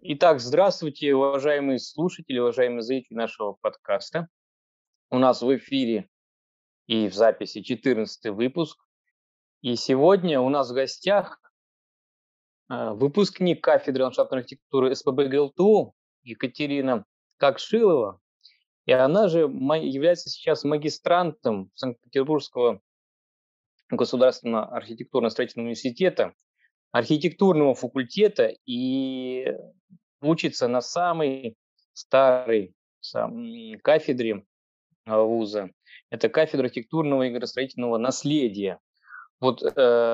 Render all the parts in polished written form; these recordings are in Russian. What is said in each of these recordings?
Итак, здравствуйте, уважаемые слушатели, уважаемые зрители нашего подкаста. У нас в эфире и в записи 14 выпуск. И сегодня у нас в гостях выпускник кафедры ландшафтной архитектуры СПб ГЛТУ Екатерина Какшилова. И она же является сейчас магистрантом Санкт-Петербургского государственного архитектурно-строительного университета, архитектурного факультета и учится на самой старой кафедре вуза. Это кафедра архитектурного и градостроительного наследия. Вот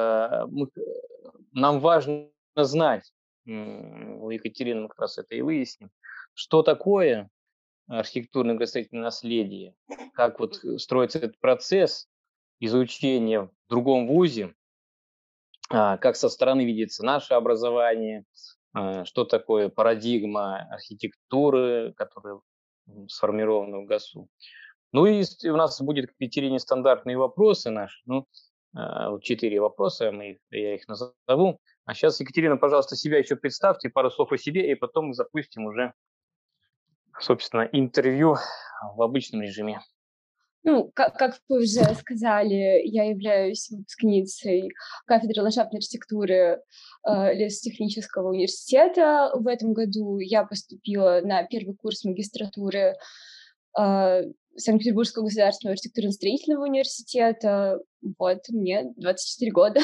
нам важно знать, у Екатерины мы как раз это и выясним, что такое архитектурное и градостроительное наследие, как вот строится этот процесс изучения в другом вузе, как со стороны видится наше образование, что такое парадигма архитектуры, которая сформирована в ГАСУ. Ну и у нас будет к Екатерине стандартные вопросы наши. Ну, 4 вопроса, я их назову. А сейчас, Екатерина, пожалуйста, себя еще представьте, пару слов о себе, и потом мы запустим уже, собственно, интервью в обычном режиме. Ну, как вы уже сказали, я являюсь выпускницей кафедры ландшафтной архитектуры Лесотехнического университета. В этом году я поступила на первый курс магистратуры Санкт-Петербургского государственного архитектурно-строительного университета. Вот, мне 24 года.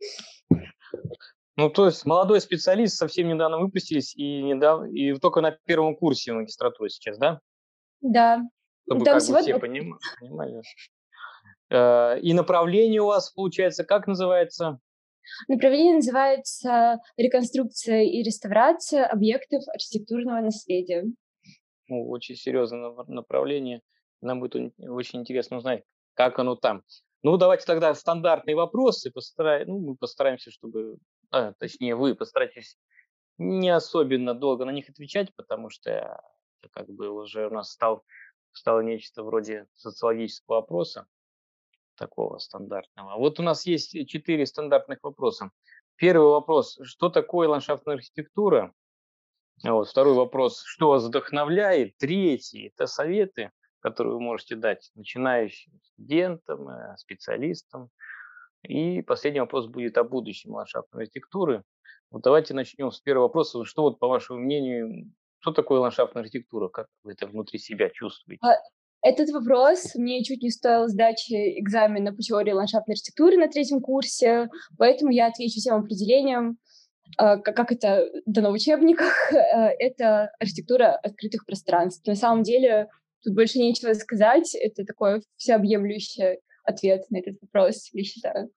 Ну, то есть молодой специалист, совсем недавно выпустились, и только на первом курсе магистратуры сейчас, да? Да. Чтобы Там как бы всего все понимали. И направление у вас, получается, как называется? Направление называется «Реконструкция и реставрация объектов архитектурного наследия». Ну, очень серьезное направление. Нам будет очень интересно узнать, как оно там. Ну, давайте тогда стандартные вопросы. Мы постараемся, точнее, вы постарайтесь не особенно долго на них отвечать, потому что это как бы уже у нас стало нечто вроде социологического вопроса, такого стандартного. Вот у нас есть 4 стандартных вопроса. Первый вопрос: что такое ландшафтная архитектура? Вот. Второй вопрос: что вас вдохновляет? Третий — это советы, которые вы можете дать начинающим студентам, специалистам. И последний вопрос будет о будущем ландшафтной архитектуры. Вот давайте начнем с первого вопроса. Что вот, по вашему мнению, что такое ландшафтная архитектура? Как вы это внутри себя чувствуете? Этот вопрос мне чуть не стоил сдачи экзамена по теории ландшафтной архитектуры на 3-м курсе, поэтому я отвечу тем определением, как это дано в учебниках. Это архитектура открытых пространств. На самом деле тут больше нечего сказать. Это такой всеобъемлющий ответ на этот вопрос, я считаю.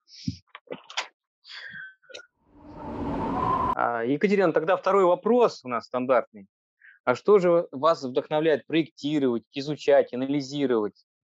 Екатерина, тогда второй вопрос у нас стандартный. А что же вас вдохновляет проектировать, изучать, анализировать?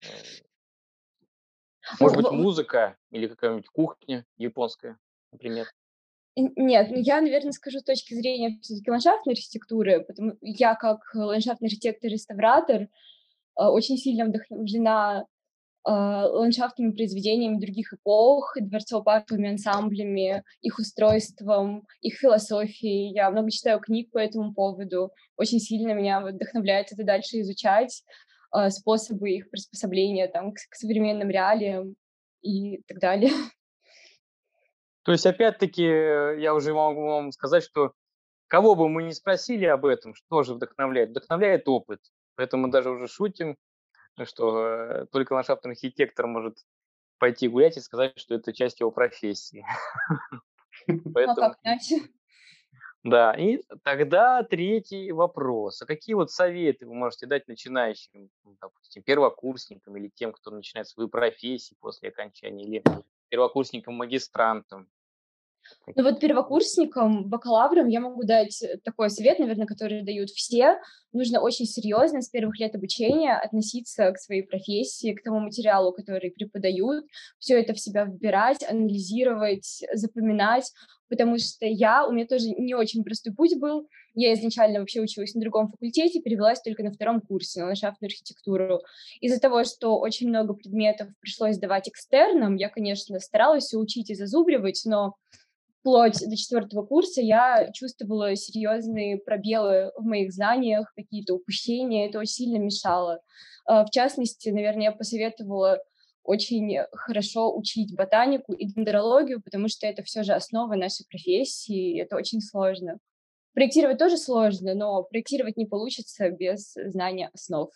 Может быть, музыка или какая-нибудь кухня японская, например? Нет, я, наверное, скажу с точки зрения все-таки ландшафтной архитектуры, потому я как ландшафтный архитектор-реставратор очень сильно вдохновлена ландшафтными произведениями других эпох, дворцово-парковыми ансамблями, их устройством, их философией. Я много читаю книг по этому поводу. Очень сильно меня вдохновляет это дальше изучать, способы их приспособления там, к современным реалиям и так далее. То есть, опять-таки, я уже могу вам сказать, что кого бы мы ни спросили об этом, что же вдохновляет? Вдохновляет опыт. Поэтому мы даже уже шутим, что только ландшафтный архитектор может пойти гулять и сказать, что это часть его профессии. А как иначе? Да, и тогда третий вопрос. А какие вот советы вы можете дать начинающим, допустим, первокурсникам или тем, кто начинает свою профессию после окончания, или первокурсникам-магистрантам? Ну вот первокурсникам, бакалаврам я могу дать такой совет, наверное, который дают все. Нужно очень серьезно с первых лет обучения относиться к своей профессии, к тому материалу, который преподают, все это в себя вбирать, анализировать, запоминать, потому что у меня тоже не очень простой путь был. Я изначально вообще училась на другом факультете, перевелась только на 2-м курсе на ландшафтную архитектуру. Из-за того, что очень много предметов пришлось сдавать экстерном, я, конечно, старалась все учить и зазубривать, но вплоть до 4 курса я чувствовала серьезные пробелы в моих знаниях, какие-то упущения, это очень сильно мешало. В частности, наверное, я посоветовала очень хорошо учить ботанику и дендрологию, потому что это все же основа нашей профессии, и это очень сложно. Проектировать тоже сложно, но проектировать не получится без знания основ.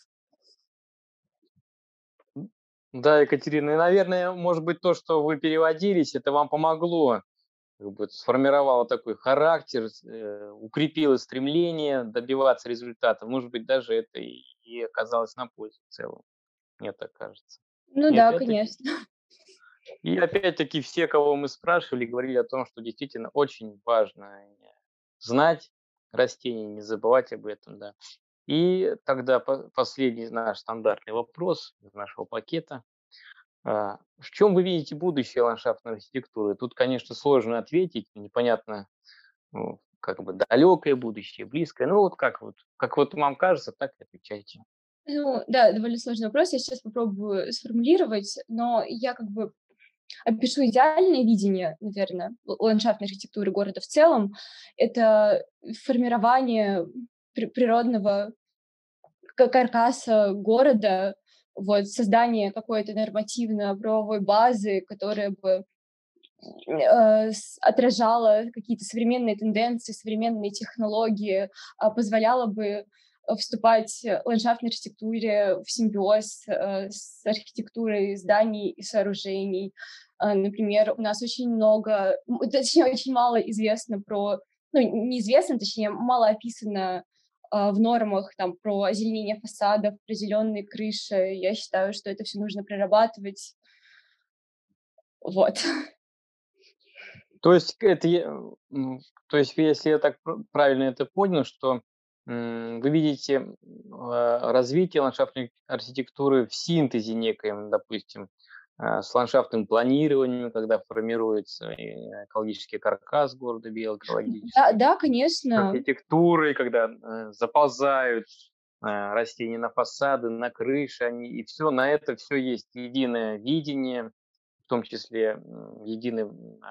Да, Екатерина, и, наверное, может быть, то, что вы переводились, это вам помогло, как бы сформировало такой характер, укрепило стремление добиваться результата. Может быть, даже это и оказалось на пользу в целом, мне так кажется. Ну И да, опять-таки, конечно. все, кого мы спрашивали, говорили о том, что действительно очень важно знать растения, не забывать об этом, да. И тогда последний наш стандартный вопрос из нашего пакета. В чем вы видите будущее ландшафтной архитектуры? Тут, конечно, сложно ответить, непонятно, ну, как бы далекое будущее, близкое. Ну как вот вам кажется, так и отвечайте. Ну да, довольно сложный вопрос. Я сейчас попробую сформулировать, но я как бы опишу идеальное видение, наверное, ландшафтной архитектуры города в целом. Это формирование природного каркаса города, вот, создание какой-то нормативно-правовой базы, которая бы отражала какие-то современные тенденции, современные технологии, позволяла бы вступать ландшафтной архитектуре в симбиоз с архитектурой зданий и сооружений. Например, у нас очень много, точнее, очень мало известно про, ну, неизвестно, точнее, мало описано в нормах там про озеленение фасадов, про зеленые крыши. Я считаю, что это все нужно прорабатывать. Вот. То есть то есть если я так правильно это понял, что вы видите развитие ландшафтной архитектуры в синтезе некоем, допустим, с ландшафтным планированием, когда формируется экологический каркас города Да, биоэкологический, да, конечно. архитектурой, когда заползают растения на фасады, на крыши, и все, на это все есть единое видение, в том числе единый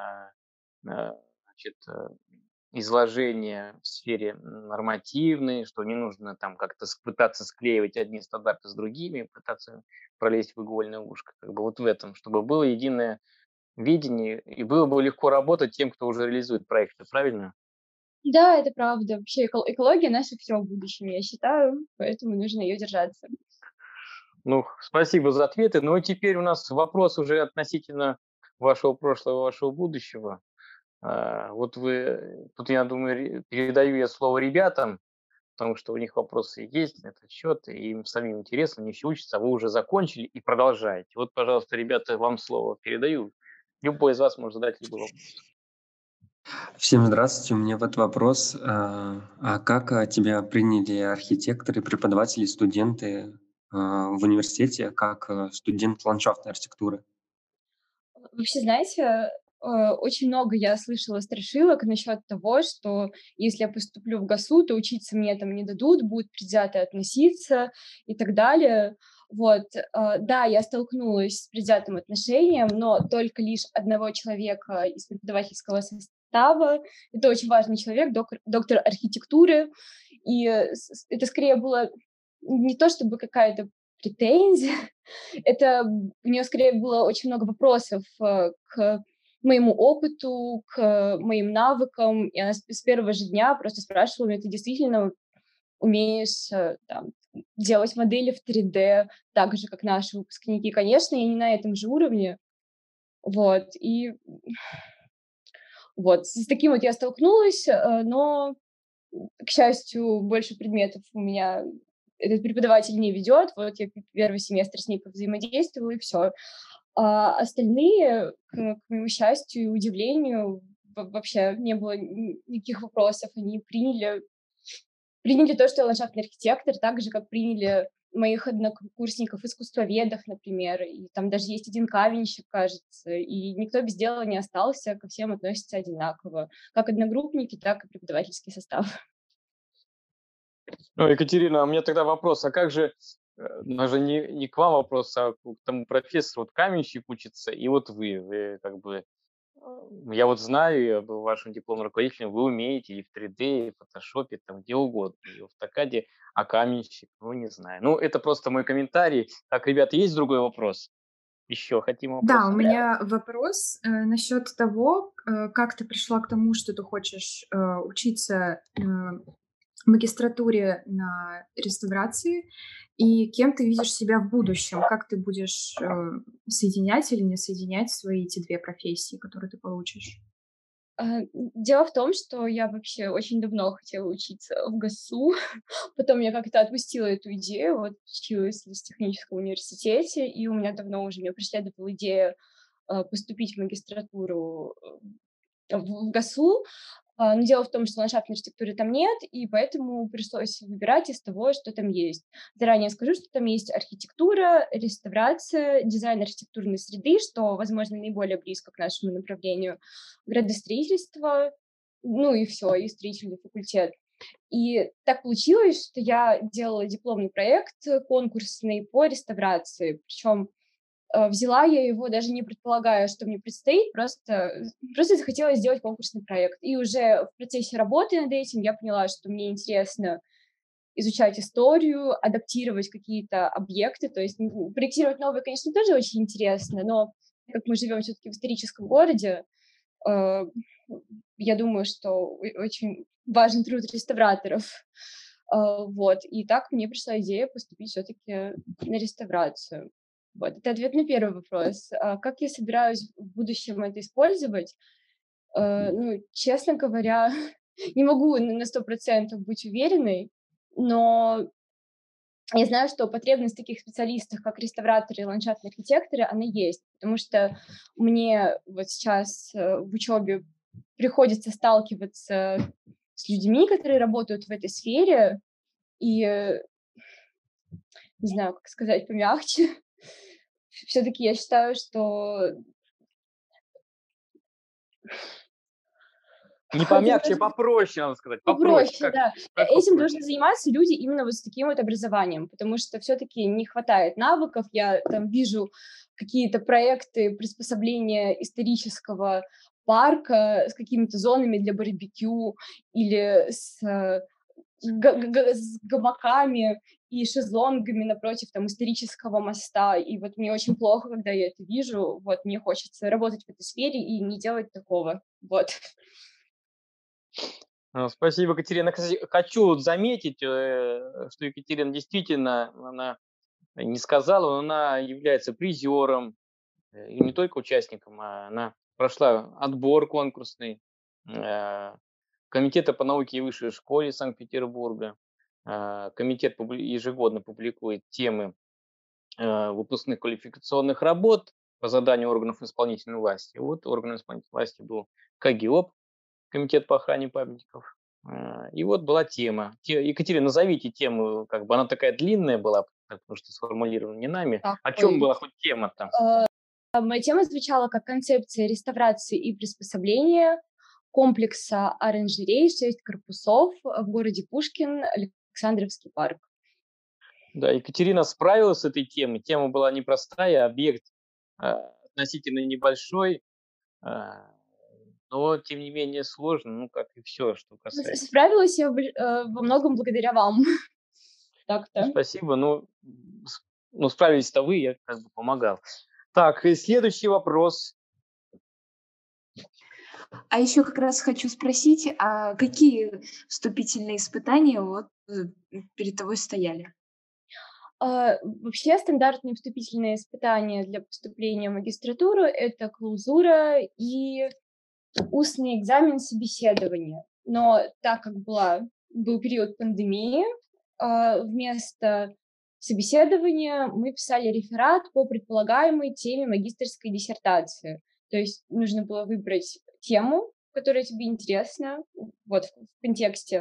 значит, изложение в сфере нормативной, что не нужно там как-то пытаться склеивать одни стандарты с другими, пытаться пролезть в игольное ушко. Как бы вот в этом, чтобы было единое видение, и было бы легко работать тем, кто уже реализует проекты, правильно? Да, это правда. Вообще экология наше все в будущем, я считаю, поэтому нужно ее держаться. Ну, спасибо за ответы. Ну, и теперь у нас вопрос уже относительно вашего прошлого, вашего будущего. Вот вы, тут я думаю, передаю я слово ребятам, потому что у них вопросы есть на этот счет, и им самим интересно, они еще учатся, а вы уже закончили и продолжаете. Вот, пожалуйста, ребята, вам слово передаю. Любой из вас может задать любой вопрос. Всем здравствуйте. У меня вот вопрос. А как тебя приняли архитекторы, преподаватели, студенты в университете как студент ландшафтной архитектуры? Вообще, знаете, очень много я слышала страшилок насчет того, что если я поступлю в ГАСУ, то учиться мне там не дадут, будут предвзято относиться и так далее. Вот, да, я столкнулась с предвзятым отношением, но только лишь одного человека из преподавательского состава. Это очень важный человек, доктор архитектуры. И это скорее было не то чтобы какая-то претензия, это у нее скорее было очень много вопросов к моему опыту, к моим навыкам. И она с первого же дня просто спрашивала меня: ты действительно умеешь там, делать модели в 3D так же, как наши выпускники? Конечно, я не на этом же уровне. Вот, и вот с таким вот я столкнулась, но, к счастью, больше предметов у меня этот преподаватель не ведет. Вот я первый семестр с ней повзаимодействовала, и все. А остальные, к моему счастью и удивлению, вообще не было никаких вопросов. Они приняли то, что я ландшафтный архитектор, так же, как приняли моих однокурсников, искусствоведов, например. И там даже есть один каменщик, кажется. И никто без дела не остался, ко всем относятся одинаково. Как одногруппники, так и преподавательский состав. Ну, Екатерина, а у меня тогда вопрос, а как же, даже не к вам вопрос, а к тому профессору, вот каменщик учится, и вот вы как бы Я вот знаю, я был вашим дипломным руководителем, вы умеете и в 3D, и в фотошопе, там где угодно, и в автокаде, а каменщик, ну, не знаю. Ну, это просто мой комментарий. Так, ребята, есть другой вопрос? Еще хотим Да, у вопрос? меня вопрос насчет того, как ты пришла к тому, что ты хочешь учиться в магистратуре на реставрации, и кем ты видишь себя в будущем, как ты будешь соединять или не соединять свои эти две профессии, которые ты получишь. Дело в том, что я вообще очень давно хотела учиться в ГАСУ, потом я как-то отпустила эту идею, вот училась в техническом университете, и у меня давно уже меня преследовала идея поступить в магистратуру в ГАСУ. Но дело в том, что ландшафтной архитектуры там нет, и поэтому пришлось выбирать из того, что там есть. Заранее скажу, что там есть архитектура, реставрация, дизайн архитектурной среды, что, возможно, наиболее близко к нашему направлению, градостроительство, ну и все, и строительный факультет. И так получилось, что я делала дипломный проект конкурсный по реставрации, причем взяла я его, даже не предполагая, что мне предстоит, просто захотела сделать конкурсный проект. И уже в процессе работы над этим я поняла, что мне интересно изучать историю, адаптировать какие-то объекты, то есть проектировать новые, конечно, тоже очень интересно, но как мы живем все-таки в историческом городе, э, я думаю, что очень важен труд реставраторов. Вот. И так мне пришла идея поступить все-таки на реставрацию. Вот. Это ответ на первый вопрос. Как я собираюсь в будущем это использовать? Ну, честно говоря, не могу на 100% быть уверенной, но я знаю, что потребность в таких специалистах, как реставраторы и ландшафтные архитекторы, она есть, потому что мне вот сейчас в учебе приходится сталкиваться с людьми, которые работают в этой сфере, и не знаю, как сказать помягче. Все-таки я считаю, что Не помягче, попроще, надо сказать, попроще. попроще, да. Как Этим попроще? должны заниматься люди именно вот с таким вот образованием, потому что все-таки не хватает навыков. Я там вижу какие-то проекты приспособления исторического парка с какими-то зонами для барбекю или с с гамаками и шезлонгами напротив там исторического моста. И вот мне очень плохо, когда я это вижу. Вот мне хочется работать в этой сфере и не делать такого. Вот. Спасибо, Екатерина. Кстати, хочу вот заметить, что Екатерина действительно, она не сказала, но она является призером, и не только участником, а она прошла отбор конкурсный Комитета по науке и высшей школе Санкт-Петербурга. Комитет ежегодно публикует темы выпускных квалификационных работ по заданию органов исполнительной власти. Вот органом исполнительной власти был КГИОП, Комитет по охране памятников. И вот была тема. Екатерина, назовите тему, как бы она такая длинная была, потому что сформулирована не нами. О чем была хоть тема там? Моя тема звучала как концепция реставрации и приспособления комплекса оранжерей 6 корпусов в городе Пушкин, Александровский парк. Да, Екатерина справилась с этой темой. Тема была непростая, объект относительно небольшой, но, тем не менее, сложно, ну, как и все, что касается. Справилась я во многом благодаря вам. Так-то. Спасибо, ну, справились-то вы, я как бы помогал. Так, и следующий вопрос. А еще как раз хочу спросить, а какие вступительные испытания вот перед тобой стояли? Вообще стандартные вступительные испытания для поступления в магистратуру — это клаузура и устный экзамен собеседования. Но так как был период пандемии, вместо собеседования мы писали реферат по предполагаемой теме магистерской диссертации. То есть нужно было выбрать тему, которая тебе интересна, вот в контексте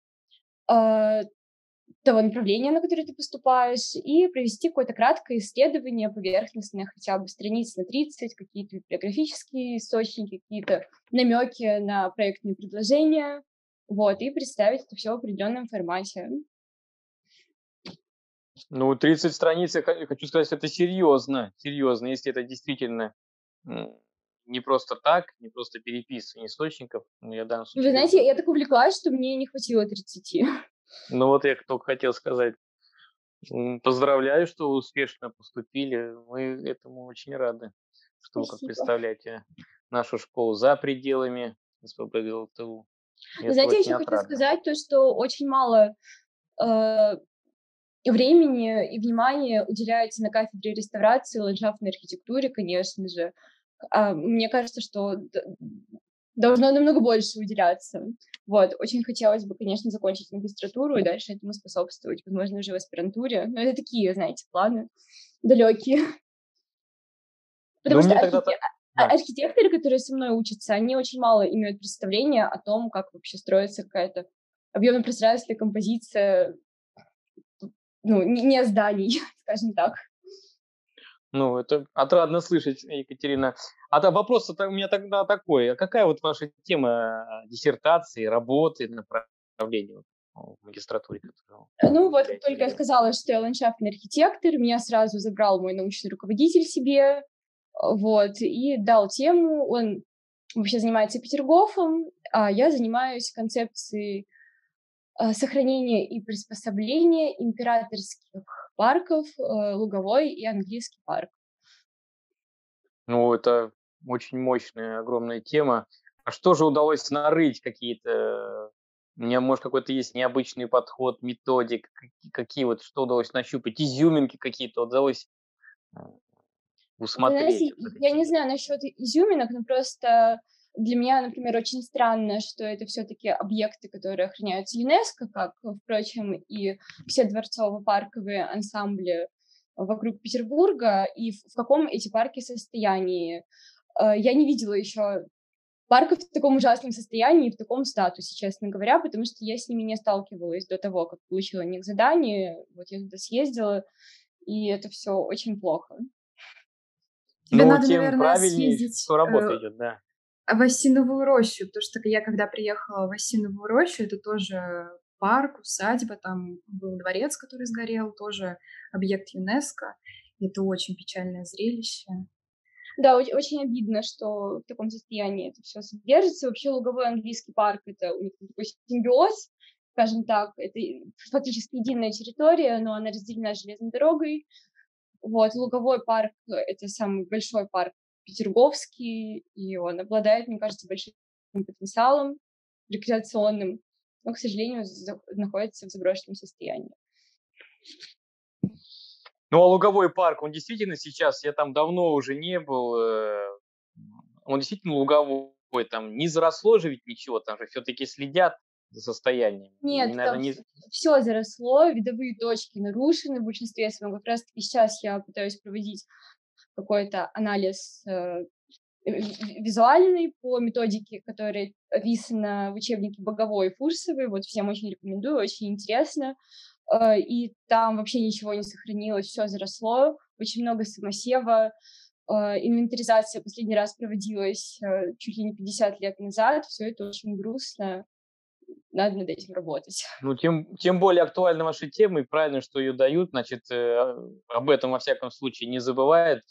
того направления, на которое ты поступаешь, и провести какое-то краткое исследование поверхностное, хотя бы страниц на 30, какие-то библиографические источники, какие-то намеки на проектные предложения, вот, и представить это все в определенном формате. Ну, 30 страниц, я хочу сказать, это серьезно, если это действительно не просто так, не просто переписывание источников. Ну, я в данном Вы случае знаете, я так увлеклась, что мне не хватило 30. Ну вот я только хотел сказать. Поздравляю, что вы успешно поступили. Мы этому очень рады, что вы как Спасибо. представляете нашу школу за пределами СПб ГЛТУ. И Вы это знаете, я очень еще хочу отрадно. сказать то, что очень мало э, времени и внимания уделяется на кафедре реставрации и ландшафтной архитектуре, конечно же. Мне кажется, что должно намного больше уделяться. Вот, очень хотелось бы, конечно, закончить магистратуру и дальше этому способствовать, возможно, уже в аспирантуре. Но это такие, знаете, планы далекие. Ну, Потому что мне тогда... Да. архитекторы, которые со мной учатся, они очень мало имеют представления о том, как вообще строится какая-то объемно-пространственная композиция, ну, не зданий, скажем так. Ну, это отрадно слышать, Екатерина. Вопрос у меня тогда такой. А какая вот ваша тема диссертации, работы, направления в магистратуре? Ну, вот как только я сказала, что я ландшафтный архитектор, меня сразу забрал мой научный руководитель себе, вот, и дал тему. Он вообще занимается Петергофом, а я занимаюсь концепцией сохранения и приспособления императорских парков, Луговой и Английский парк. Ну, это очень мощная, огромная тема. А что же удалось нарыть какие-то? У меня, может, какой-то есть необычный подход, методик, какие вот, что удалось нащупать, изюминки какие-то удалось Вы усмотреть знаете, вот в этой я не теме? знаю насчет изюминок, но просто для меня, например, очень странно, что это все-таки объекты, которые охраняются ЮНЕСКО, как, впрочем, и все дворцово-парковые ансамбли вокруг Петербурга, и в каком эти парки состоянии. Я не видела еще парков в таком ужасном состоянии и в таком статусе, честно говоря, потому что я с ними не сталкивалась до того, как получила на них задание. Вот я туда съездила, и это все очень плохо. Тебе Ну, надо, тем наверное, правильнее, съездить что работа идет, да. в Осиновую рощу, потому что я когда приехала в Осиновую рощу, это тоже парк, усадьба, там был дворец, который сгорел, тоже объект ЮНЕСКо. Это очень печальное зрелище. Да, очень обидно, что в таком состоянии это все содержится. Вообще Луговой английский парк — это у них такой симбиоз, скажем так. Это фактически единая территория, но она разделена железной дорогой. Вот, Луговой парк — это самый большой парк петерговский, и он обладает, мне кажется, большим потенциалом рекреационным, но, к сожалению, находится в заброшенном состоянии. Ну, а Луговой парк, он действительно сейчас, я там давно уже не был, он действительно луговой, там не заросло же ведь ничего, там же все-таки следят за состоянием. Нет, Наверное, там не... все заросло, видовые точки нарушены в большинстве своем. Как раз-таки сейчас я пытаюсь проводить какой-то анализ визуальный по методике, которая описана в учебнике Боговой и Фурсовой. Вот всем очень рекомендую, очень интересно. И там вообще ничего не сохранилось, все заросло, очень много самосева. Инвентаризация последний раз проводилась чуть ли не 50 лет назад. Все это очень грустно. Надо над этим работать. Ну, тем более актуальна ваша тема, и правильно, что ее дают, значит, об этом во всяком случае не забывают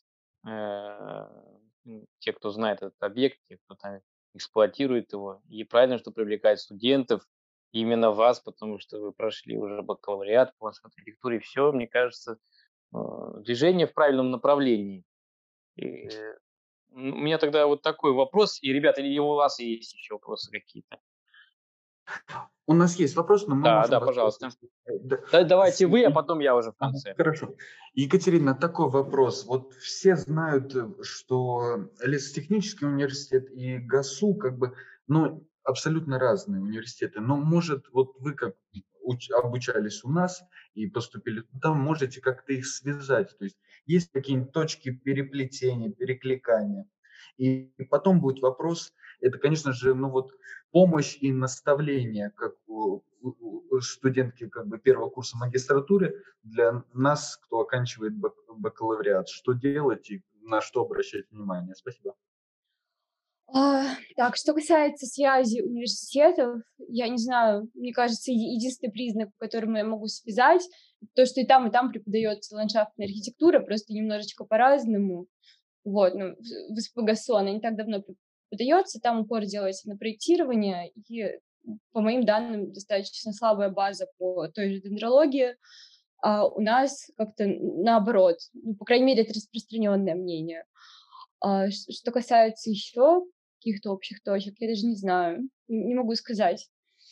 те, кто знает этот объект, те, кто там эксплуатирует его, и правильно, что привлекает студентов, именно вас, потому что вы прошли уже бакалавриат по архитектуре, все, мне кажется, движение в правильном направлении. И, у меня тогда вот такой вопрос, и, ребята, или у вас есть еще вопросы какие-то? У нас есть вопрос, но мы Да, можем... пожалуйста. Давайте вы, а потом я уже в конце. Хорошо. Екатерина, такой вопрос. Вот все знают, что Лесотехнический университет и ГАСУ ну, абсолютно разные университеты. Но, может, вот вы как обучались у нас и поступили туда, можете как-то их связать. То есть какие-нибудь точки переплетения, перекликания. И потом будет вопрос, это, конечно же, ну вот помощь и наставление, как у студентки первого курса магистратуры, для нас, кто оканчивает бакалавриат. Что делать и на что обращать внимание? Спасибо. Так, что касается связи университетов, я не знаю, мне кажется, единственный признак, по которому я могу связать, то, что и там преподается ландшафтная архитектура, просто немножечко по-разному. Вот, ну, в СПГСО она не так давно преподается, там упор делается на проектирование, и, по моим данным, достаточно слабая база по той же дендрологии, а у нас как-то наоборот, ну, по крайней мере, это распространенное мнение. Что касается еще каких-то общих точек, я даже не знаю, не могу сказать.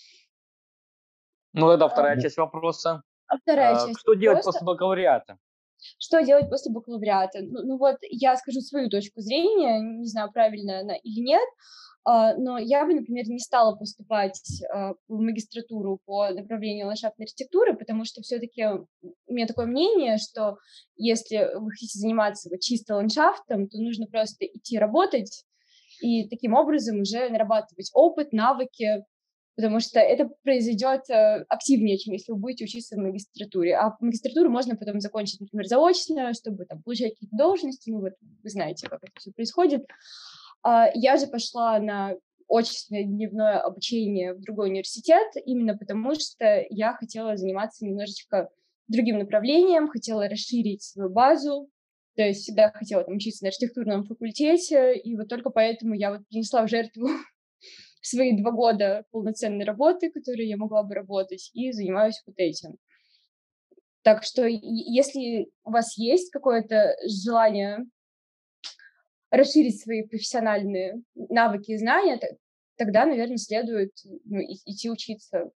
Ну, это вторая часть вопроса. А вторая часть Что делать вопроса. после бакалавриата? Что делать после бакалавриата? Ну вот я скажу свою точку зрения, не знаю, правильно она или нет, но я бы, например, не стала поступать в магистратуру по направлению ландшафтной архитектуры, потому что все-таки у меня такое мнение, что если вы хотите заниматься вот чисто ландшафтом, то нужно просто идти работать и таким образом уже нарабатывать опыт, навыки, потому что это произойдет активнее, чем если вы будете учиться в магистратуре. А магистратуру можно потом закончить, например, заочно, чтобы там получать какие-то должности. Ну вот вы знаете, как это все происходит. Я же пошла на очное дневное обучение в другой университет, именно потому что я хотела заниматься немножечко другим направлением, хотела расширить свою базу, то есть всегда хотела там учиться на архитектурном факультете, и вот только поэтому я вот принесла в жертву свои 2 года полноценной работы, которые я могла бы работать, и занимаюсь вот этим. Так что если у вас есть какое-то желание расширить свои профессиональные навыки и знания, тогда, наверное, следует идти учиться.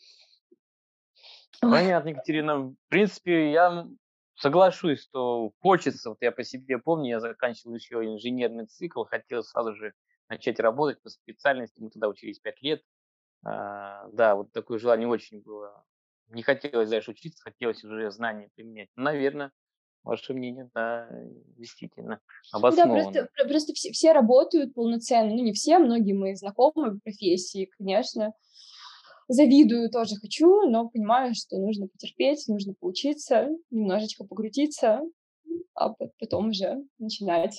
Понятно, Екатерина. В принципе, я соглашусь, что хочется. Вот я по себе помню, я заканчивал еще инженерный цикл, хотел сразу же начать работать по специальности. Мы тогда учились 5 лет. Да, вот такое желание очень было. Не хотелось дальше учиться, хотелось уже знания применять. Наверное, ваше мнение, да, действительно Ну да, обосновано. просто все работают полноценно. Ну, не все, многие мои знакомые в профессии, конечно. Завидую, тоже хочу, но понимаю, что нужно потерпеть, нужно поучиться, немножечко покрутиться, а потом уже начинать.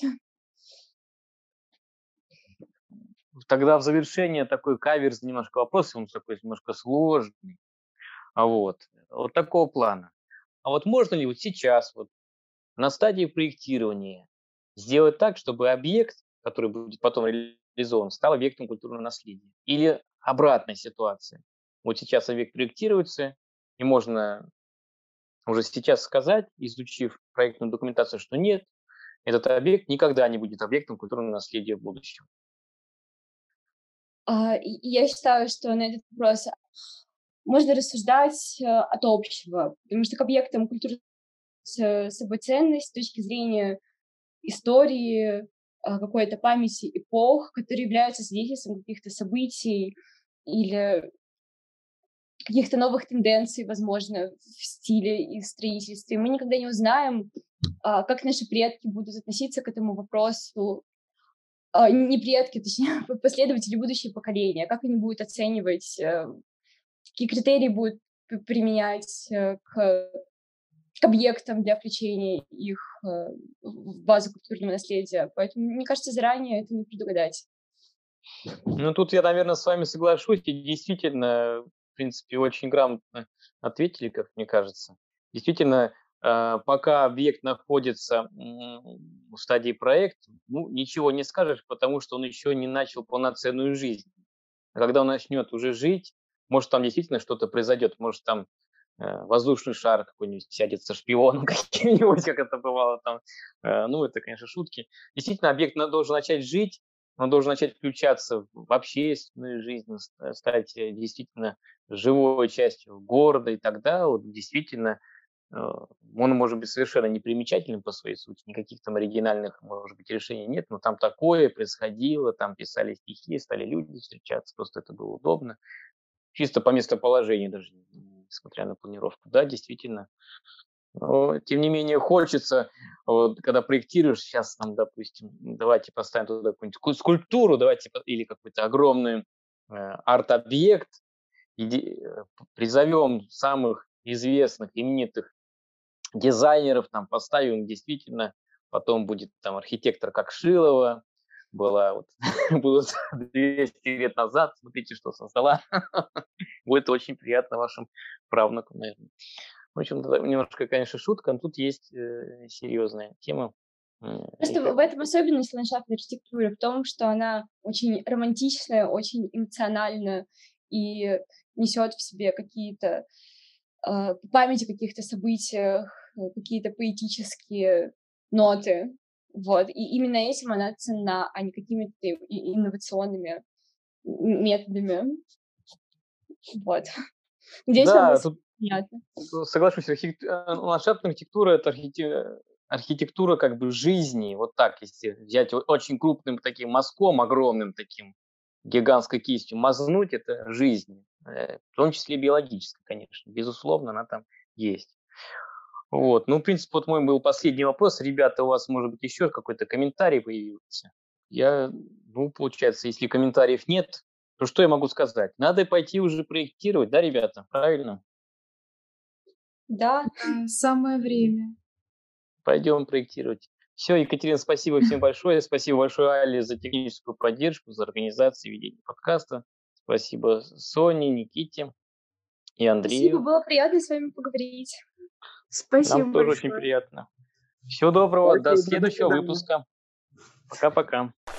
Тогда в завершение такой каверс немножко вопрос, он такой немножко сложный. Вот такого плана. А вот можно ли вот сейчас, вот на стадии проектирования, сделать так, чтобы объект, который будет потом реализован, стал объектом культурного наследия? Или обратная ситуация? Вот сейчас объект проектируется, и можно уже сейчас сказать, изучив проектную документацию, что нет, этот объект никогда не будет объектом культурного наследия в будущем. И я считаю, что на этот вопрос можно рассуждать от общего, потому что к объектам культуры с собой ценность с точки зрения истории, какой-то памяти эпох, которые являются свидетельством каких-то событий или каких-то новых тенденций, возможно, в стиле и строительстве. Мы никогда не узнаем, как наши предки будут относиться к этому вопросу, не предки, точнее, последователи, будущие поколения, как они будут оценивать, какие критерии будут применять к объектам для включения их в базу культурного наследия. Поэтому, мне кажется, заранее это не предугадать. Ну, тут я, наверное, с вами соглашусь. И действительно, в принципе, очень грамотно ответили, как мне кажется. Действительно, пока объект находится в стадии проекта, ну, ничего не скажешь, потому что он еще не начал полноценную жизнь. А когда он начнет уже жить, может, там действительно что-то произойдет, может, там воздушный шар какой-нибудь сядет со шпионом каким-нибудь, как это бывало там. Ну, это, конечно, шутки. Действительно, объект должен начать жить, он должен начать включаться в общественную жизнь, стать действительно живой частью города, и тогда вот действительно он может быть совершенно непримечательным по своей сути, никаких там оригинальных, может быть, решений нет, но там такое происходило, там писали стихи, стали люди встречаться, просто это было удобно, чисто по местоположению даже, несмотря на планировку. Да, действительно. Но, тем не менее, хочется, вот, когда проектируешь, сейчас там, допустим, давайте поставим туда какую-нибудь скульптуру, давайте, или какой-то огромный арт-объект, призовем самых известных, именитых дизайнеров, там поставим действительно, потом будет там архитектор как Шилова, было 200 лет назад, смотрите, что создала. Будет очень приятно вашим правнукам, наверное. В общем, немножко, конечно, шутка, но тут есть серьезная тема. Просто в этом особенность ландшафтной архитектуры, в том, что она очень романтичная, очень эмоциональная и несет в себе какие-то память о каких-то событиях, какие-то поэтические ноты. Вот. И именно этим она ценна, а не какими-то инновационными методами. Вот. Надеюсь, вам Да, было тут понятно. соглашусь, ландшафтная архитектура – это архитектура как бы жизни. Вот так, если взять очень крупным таким мазком, огромным таким, гигантской кистью, мазнуть – это жизнь. В том числе биологическая, конечно. Безусловно, она там есть. Вот. Ну, в принципе, вот мой был последний вопрос. Ребята, у вас, может быть, еще какой-то комментарий появился? Получается, если комментариев нет, то что я могу сказать? Надо пойти уже проектировать, да, ребята? Правильно? Да. Самое время. Пойдем проектировать. Все, Екатерина, спасибо всем большое. Спасибо большое, Али, за техническую поддержку, за организацию ведения подкаста. Спасибо Соне, Никите и Спасибо, Андрею. было приятно с вами поговорить. Спасибо Нам тоже большое. очень приятно. Всего доброго, до Спасибо, до следующего свидания. выпуска. Пока-пока.